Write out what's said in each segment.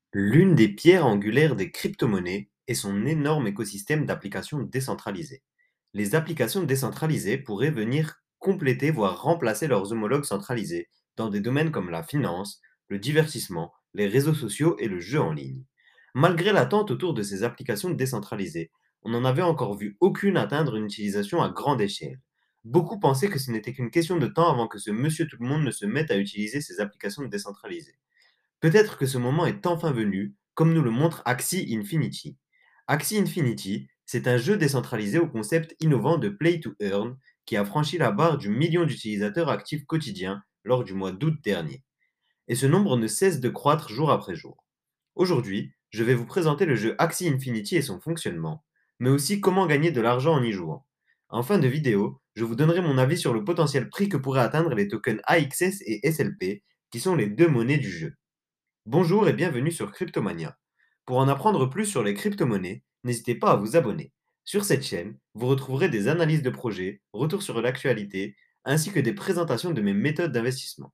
L'une des pierres angulaires des crypto-monnaies est son énorme écosystème d'applications décentralisées. Les applications décentralisées pourraient venir compléter, voire remplacer leurs homologues centralisés dans des domaines comme la finance, le divertissement, les réseaux sociaux et le jeu en ligne. Malgré l'attente autour de ces applications décentralisées, on n'en avait encore vu aucune atteindre une utilisation à grande échelle. Beaucoup pensaient que ce n'était qu'une question de temps avant que ce monsieur tout le monde ne se mette à utiliser ces applications décentralisées. Peut-être que ce moment est enfin venu, comme nous le montre Axie Infinity. Axie Infinity, c'est un jeu décentralisé au concept innovant de Play to Earn qui a franchi la barre du million d'utilisateurs actifs quotidiens lors du mois d'août dernier. Et ce nombre ne cesse de croître jour après jour. Aujourd'hui, je vais vous présenter le jeu Axie Infinity et son fonctionnement, mais aussi comment gagner de l'argent en y jouant. En fin de vidéo, je vous donnerai mon avis sur le potentiel prix que pourraient atteindre les tokens AXS et SLP, qui sont les deux monnaies du jeu. Bonjour et bienvenue sur Cryptomania. Pour en apprendre plus sur les crypto-monnaies, n'hésitez pas à vous abonner. Sur cette chaîne, vous retrouverez des analyses de projets, retours sur l'actualité, ainsi que des présentations de mes méthodes d'investissement.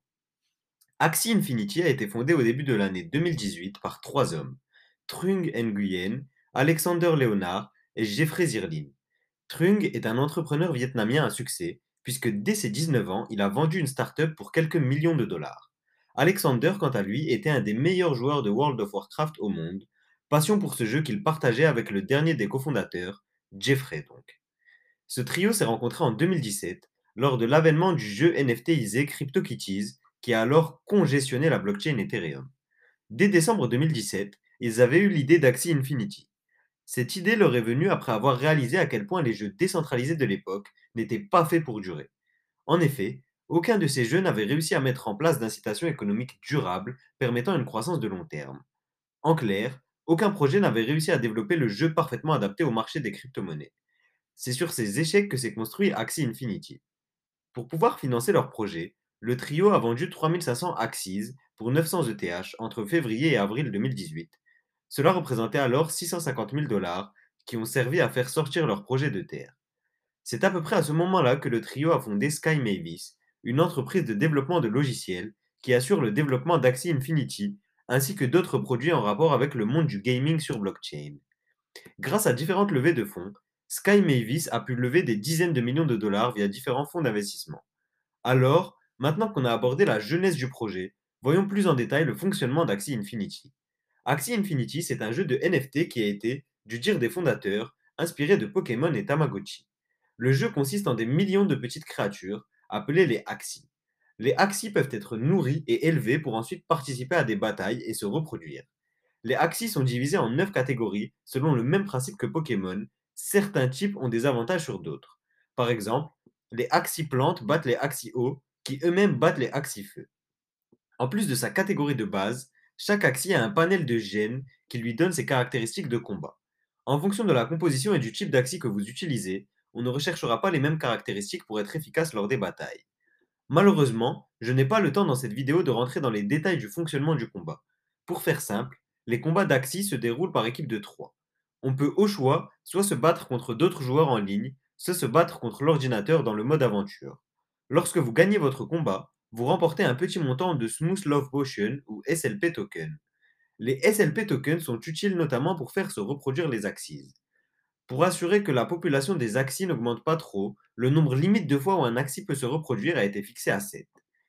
Axie Infinity a été fondée au début de l'année 2018 par trois hommes, Trung Nguyen, Alexander Leonard et Jeffrey Zirlin. Trung est un entrepreneur vietnamien à succès, puisque dès ses 19 ans, il a vendu une start-up pour quelques millions de dollars. Alexander, quant à lui, était un des meilleurs joueurs de World of Warcraft au monde, passion pour ce jeu qu'il partageait avec le dernier des cofondateurs, Jeffrey donc. Ce trio s'est rencontré en 2017 lors de l'avènement du jeu NFTisé CryptoKitties qui a alors congestionné la blockchain Ethereum. Dès décembre 2017, ils avaient eu l'idée d'Axie Infinity. Cette idée leur est venue après avoir réalisé à quel point les jeux décentralisés de l'époque n'étaient pas faits pour durer. En effet, aucun de ces jeux n'avait réussi à mettre en place d'incitations économiques durables permettant une croissance de long terme. En clair, aucun projet n'avait réussi à développer le jeu parfaitement adapté au marché des crypto-monnaies. C'est sur ces échecs que s'est construit Axie Infinity. Pour pouvoir financer leur projet, le trio a vendu 3500 Axies pour 900 ETH entre février et avril 2018. Cela représentait alors 650 000 dollars qui ont servi à faire sortir leur projet de terre. C'est à peu près à ce moment-là que le trio a fondé Sky Mavis, une entreprise de développement de logiciels qui assure le développement d'Axie Infinity ainsi que d'autres produits en rapport avec le monde du gaming sur blockchain. Grâce à différentes levées de fonds, Sky Mavis a pu lever des dizaines de millions de dollars via différents fonds d'investissement. Alors, maintenant qu'on a abordé la jeunesse du projet, voyons plus en détail le fonctionnement d'Axie Infinity. Axie Infinity, c'est un jeu de NFT qui a été, du dire des fondateurs, inspiré de Pokémon et Tamagotchi. Le jeu consiste en des millions de petites créatures, appelées les Axies. Les Axies peuvent être nourris et élevés pour ensuite participer à des batailles et se reproduire. Les Axies sont divisés en 9 catégories selon le même principe que Pokémon. Certains types ont des avantages sur d'autres. Par exemple, les Axie plantes battent les Axie eau, qui eux-mêmes battent les Axie feu. En plus de sa catégorie de base, chaque Axie a un panel de gènes qui lui donne ses caractéristiques de combat. En fonction de la composition et du type d'Axie que vous utilisez, on ne recherchera pas les mêmes caractéristiques pour être efficace lors des batailles. Malheureusement, je n'ai pas le temps dans cette vidéo de rentrer dans les détails du fonctionnement du combat. Pour faire simple, les combats d'Axie se déroulent par équipe de 3. On peut au choix soit se battre contre d'autres joueurs en ligne, soit se battre contre l'ordinateur dans le mode aventure. Lorsque vous gagnez votre combat, vous remportez un petit montant de Smooth Love Potion ou SLP token. Les SLP tokens sont utiles notamment pour faire se reproduire les Axies. Pour assurer que la population des Axies n'augmente pas trop, le nombre limite de fois où un Axie peut se reproduire a été fixé à 7.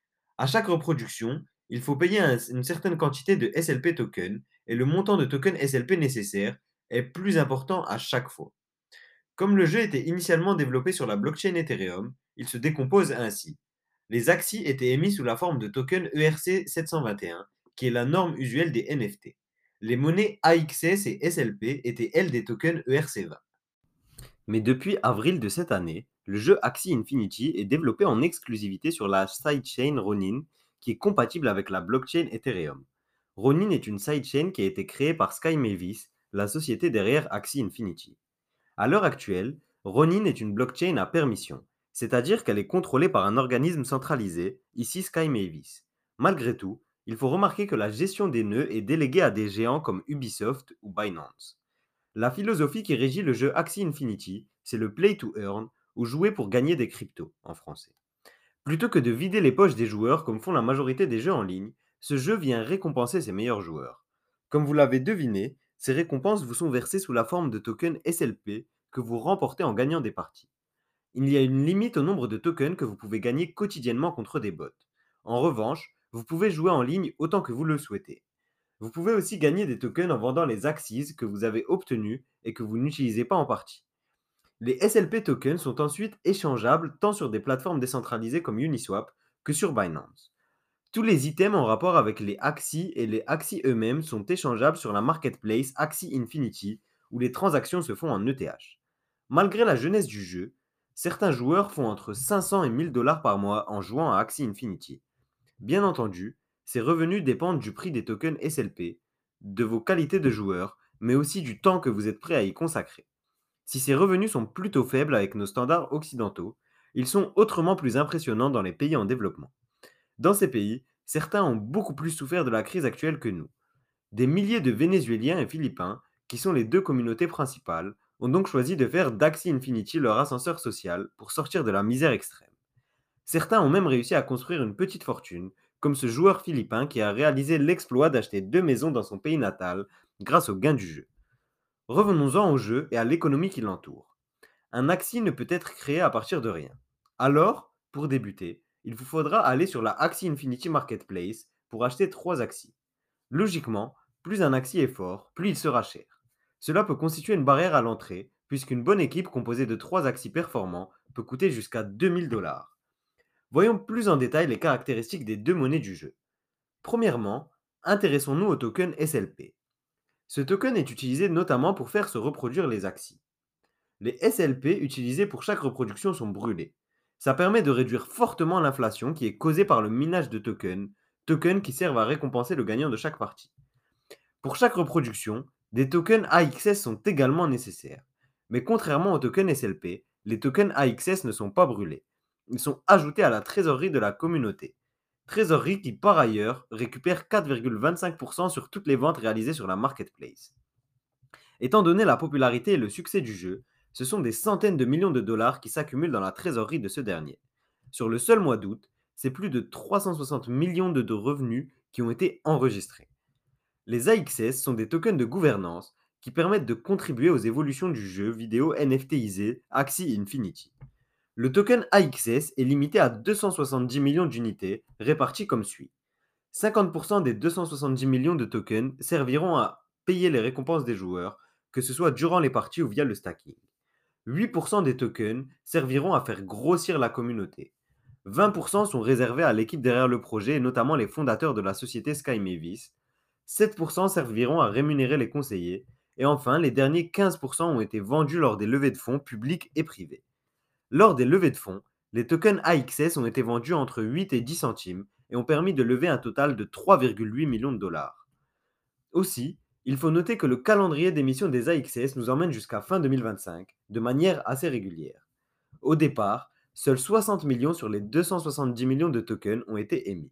À chaque reproduction, il faut payer une certaine quantité de SLP tokens et le montant de tokens SLP nécessaire est plus important à chaque fois. Comme le jeu était initialement développé sur la blockchain Ethereum, il se décompose ainsi. Les Axie étaient émis sous la forme de tokens ERC 721, qui est la norme usuelle des NFT. Les monnaies AXS et SLP étaient elles des tokens ERC20. Mais depuis avril de cette année, le jeu Axie Infinity est développé en exclusivité sur la sidechain Ronin, qui est compatible avec la blockchain Ethereum. Ronin est une sidechain qui a été créée par Sky Mavis, la société derrière Axie Infinity. À l'heure actuelle, Ronin est une blockchain à permission, c'est-à-dire qu'elle est contrôlée par un organisme centralisé, ici Sky Mavis. Malgré tout, il faut remarquer que la gestion des nœuds est déléguée à des géants comme Ubisoft ou Binance. La philosophie qui régit le jeu Axie Infinity, c'est le play to earn, ou jouer pour gagner des cryptos, en français. Plutôt que de vider les poches des joueurs comme font la majorité des jeux en ligne, ce jeu vient récompenser ses meilleurs joueurs. Comme vous l'avez deviné, ces récompenses vous sont versées sous la forme de tokens SLP que vous remportez en gagnant des parties. Il y a une limite au nombre de tokens que vous pouvez gagner quotidiennement contre des bots. En revanche, vous pouvez jouer en ligne autant que vous le souhaitez. Vous pouvez aussi gagner des tokens en vendant les Axes que vous avez obtenus et que vous n'utilisez pas en partie. Les SLP tokens sont ensuite échangeables tant sur des plateformes décentralisées comme Uniswap que sur Binance. Tous les items en rapport avec les Axie et les Axie eux-mêmes sont échangeables sur la marketplace Axie Infinity où les transactions se font en ETH. Malgré la jeunesse du jeu, certains joueurs font entre 500 et 1000 dollars par mois en jouant à Axie Infinity. Bien entendu, ces revenus dépendent du prix des tokens SLP, de vos qualités de joueur, mais aussi du temps que vous êtes prêt à y consacrer. Si ces revenus sont plutôt faibles avec nos standards occidentaux, ils sont autrement plus impressionnants dans les pays en développement. Dans ces pays, certains ont beaucoup plus souffert de la crise actuelle que nous. Des milliers de Vénézuéliens et Philippins, qui sont les deux communautés principales, ont donc choisi de faire d'Axie Infinity leur ascenseur social pour sortir de la misère extrême. Certains ont même réussi à construire une petite fortune, comme ce joueur philippin qui a réalisé l'exploit d'acheter 2 maisons dans son pays natal grâce aux gains du jeu. Revenons-en au jeu et à l'économie qui l'entoure. Un Axie ne peut être créé à partir de rien. Alors, pour débuter, il vous faudra aller sur la Axie Infinity Marketplace pour acheter 3 Axies. Logiquement, plus un Axie est fort, plus il sera cher. Cela peut constituer une barrière à l'entrée, puisqu'une bonne équipe composée de 3 Axies performants peut coûter jusqu'à 2000 dollars. Voyons plus en détail les caractéristiques des deux monnaies du jeu. Premièrement, intéressons-nous au token SLP. Ce token est utilisé notamment pour faire se reproduire les Axies. Les SLP utilisés pour chaque reproduction sont brûlés. Ça permet de réduire fortement l'inflation qui est causée par le minage de tokens qui servent à récompenser le gagnant de chaque partie. Pour chaque reproduction, des tokens AXS sont également nécessaires. Mais contrairement aux tokens SLP, les tokens AXS ne sont pas brûlés. Ils sont ajoutés à la trésorerie de la communauté. Trésorerie qui, par ailleurs, récupère 4,25% sur toutes les ventes réalisées sur la marketplace. Étant donné la popularité et le succès du jeu, ce sont des centaines de millions de dollars qui s'accumulent dans la trésorerie de ce dernier. Sur le seul mois d'août, c'est plus de 360 millions de revenus qui ont été enregistrés. Les AXS sont des tokens de gouvernance qui permettent de contribuer aux évolutions du jeu vidéo NFTisé Axie Infinity. Le token AXS est limité à 270 millions d'unités réparties comme suit. 50% des 270 millions de tokens serviront à payer les récompenses des joueurs, que ce soit durant les parties ou via le stacking. 8% des tokens serviront à faire grossir la communauté. 20% sont réservés à l'équipe derrière le projet et notamment les fondateurs de la société Sky Mavis. 7% serviront à rémunérer les conseillers. Et enfin, les derniers 15% ont été vendus lors des levées de fonds publiques et privées. Lors des levées de fonds, les tokens AXS ont été vendus entre 8 et 10 centimes et ont permis de lever un total de 3,8 millions de dollars. Aussi, il faut noter que le calendrier d'émission des AXS nous emmène jusqu'à fin 2025, de manière assez régulière. Au départ, seuls 60 millions sur les 270 millions de tokens ont été émis.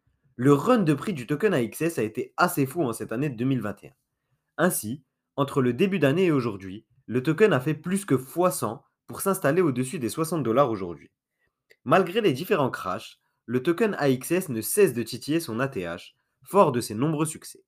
Le run de prix du token AXS a été assez fou en cette année 2021. Ainsi, entre le début d'année et aujourd'hui, le token a fait plus que x100 pour s'installer au-dessus des 60 dollars aujourd'hui. Malgré les différents crashs, le token AXS ne cesse de titiller son ATH, fort de ses nombreux succès.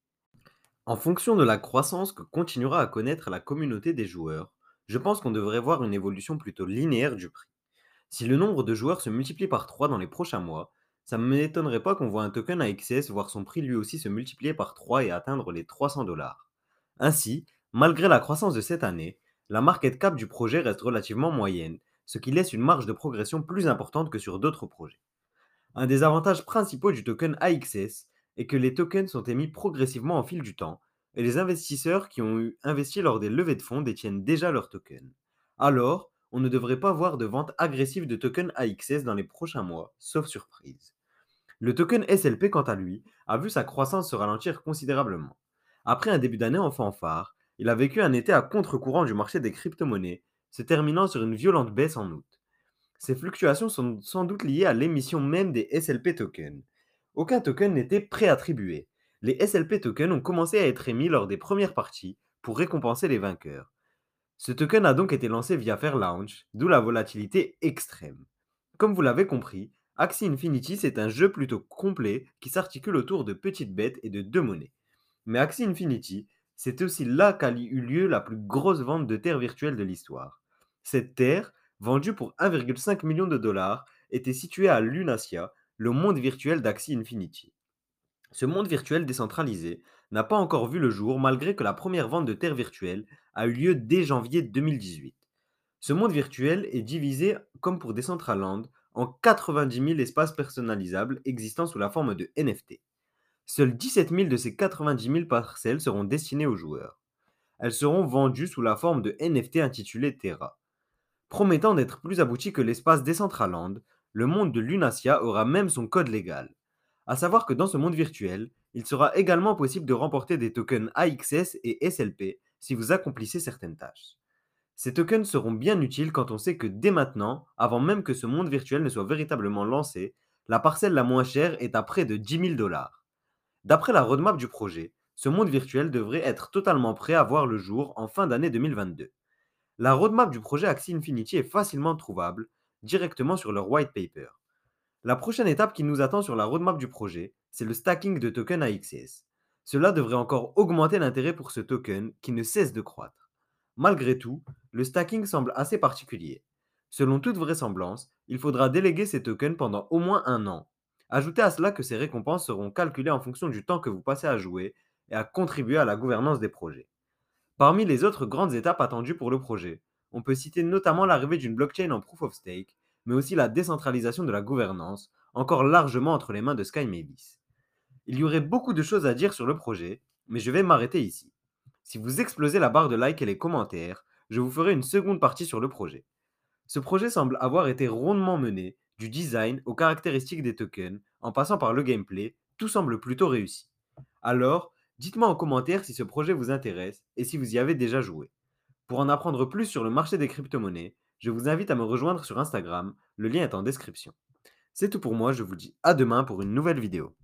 En fonction de la croissance que continuera à connaître la communauté des joueurs, je pense qu'on devrait voir une évolution plutôt linéaire du prix. Si le nombre de joueurs se multiplie par 3 dans les prochains mois, ça ne m'étonnerait pas qu'on voit un token AXS voir son prix lui aussi se multiplier par 3 et atteindre les 300 dollars. Ainsi, malgré la croissance de cette année, la market cap du projet reste relativement moyenne, ce qui laisse une marge de progression plus importante que sur d'autres projets. Un des avantages principaux du token AXS est que les tokens sont émis progressivement au fil du temps, et les investisseurs qui ont investi lors des levées de fonds détiennent déjà leurs tokens. Alors, on ne devrait pas voir de vente agressive de tokens AXS dans les prochains mois, sauf surprise. Le token SLP, quant à lui, a vu sa croissance se ralentir considérablement. Après un début d'année en fanfare, il a vécu un été à contre-courant du marché des crypto-monnaies, se terminant sur une violente baisse en août. Ces fluctuations sont sans doute liées à l'émission même des SLP tokens. Aucun token n'était préattribué. Les SLP tokens ont commencé à être émis lors des premières parties pour récompenser les vainqueurs. Ce token a donc été lancé via Fairlaunch, d'où la volatilité extrême. Comme vous l'avez compris, Axie Infinity c'est un jeu plutôt complet qui s'articule autour de petites bêtes et de deux monnaies. Mais Axie Infinity, c'est aussi là qu'a eu lieu la plus grosse vente de terres virtuelles de l'histoire. Cette terre, vendue pour 1,5 million de dollars, était située à Lunacia, le monde virtuel d'Axie Infinity. Ce monde virtuel décentralisé n'a pas encore vu le jour malgré que la première vente de terres virtuelles a eu lieu dès janvier 2018. Ce monde virtuel est divisé, comme pour Decentraland, en 90 000 espaces personnalisables existant sous la forme de NFT. Seules 17 000 de ces 90 000 parcelles seront destinées aux joueurs. Elles seront vendues sous la forme de NFT intitulé Terra. Promettant d'être plus abouti que l'espace Decentraland, le monde de Lunacia aura même son code légal. À savoir que dans ce monde virtuel, il sera également possible de remporter des tokens AXS et SLP si vous accomplissez certaines tâches. Ces tokens seront bien utiles quand on sait que dès maintenant, avant même que ce monde virtuel ne soit véritablement lancé, la parcelle la moins chère est à près de 10 000 dollars. D'après la roadmap du projet, ce monde virtuel devrait être totalement prêt à voir le jour en fin d'année 2022. La roadmap du projet Axie Infinity est facilement trouvable directement sur leur white paper. La prochaine étape qui nous attend sur la roadmap du projet, c'est le stacking de tokens AXS. Cela devrait encore augmenter l'intérêt pour ce token qui ne cesse de croître. Malgré tout, le stacking semble assez particulier. Selon toute vraisemblance, il faudra déléguer ces tokens pendant au moins un an. Ajoutez à cela que ces récompenses seront calculées en fonction du temps que vous passez à jouer et à contribuer à la gouvernance des projets. Parmi les autres grandes étapes attendues pour le projet, on peut citer notamment l'arrivée d'une blockchain en proof of stake, mais aussi la décentralisation de la gouvernance, encore largement entre les mains de Sky Mavis. Il y aurait beaucoup de choses à dire sur le projet, mais je vais m'arrêter ici. Si vous explosez la barre de like et les commentaires, je vous ferai une seconde partie sur le projet. Ce projet semble avoir été rondement mené, du design aux caractéristiques des tokens, en passant par le gameplay, tout semble plutôt réussi. Alors, dites-moi en commentaire si ce projet vous intéresse et si vous y avez déjà joué. Pour en apprendre plus sur le marché des crypto-monnaies, je vous invite à me rejoindre sur Instagram, le lien est en description. C'est tout pour moi, je vous dis à demain pour une nouvelle vidéo.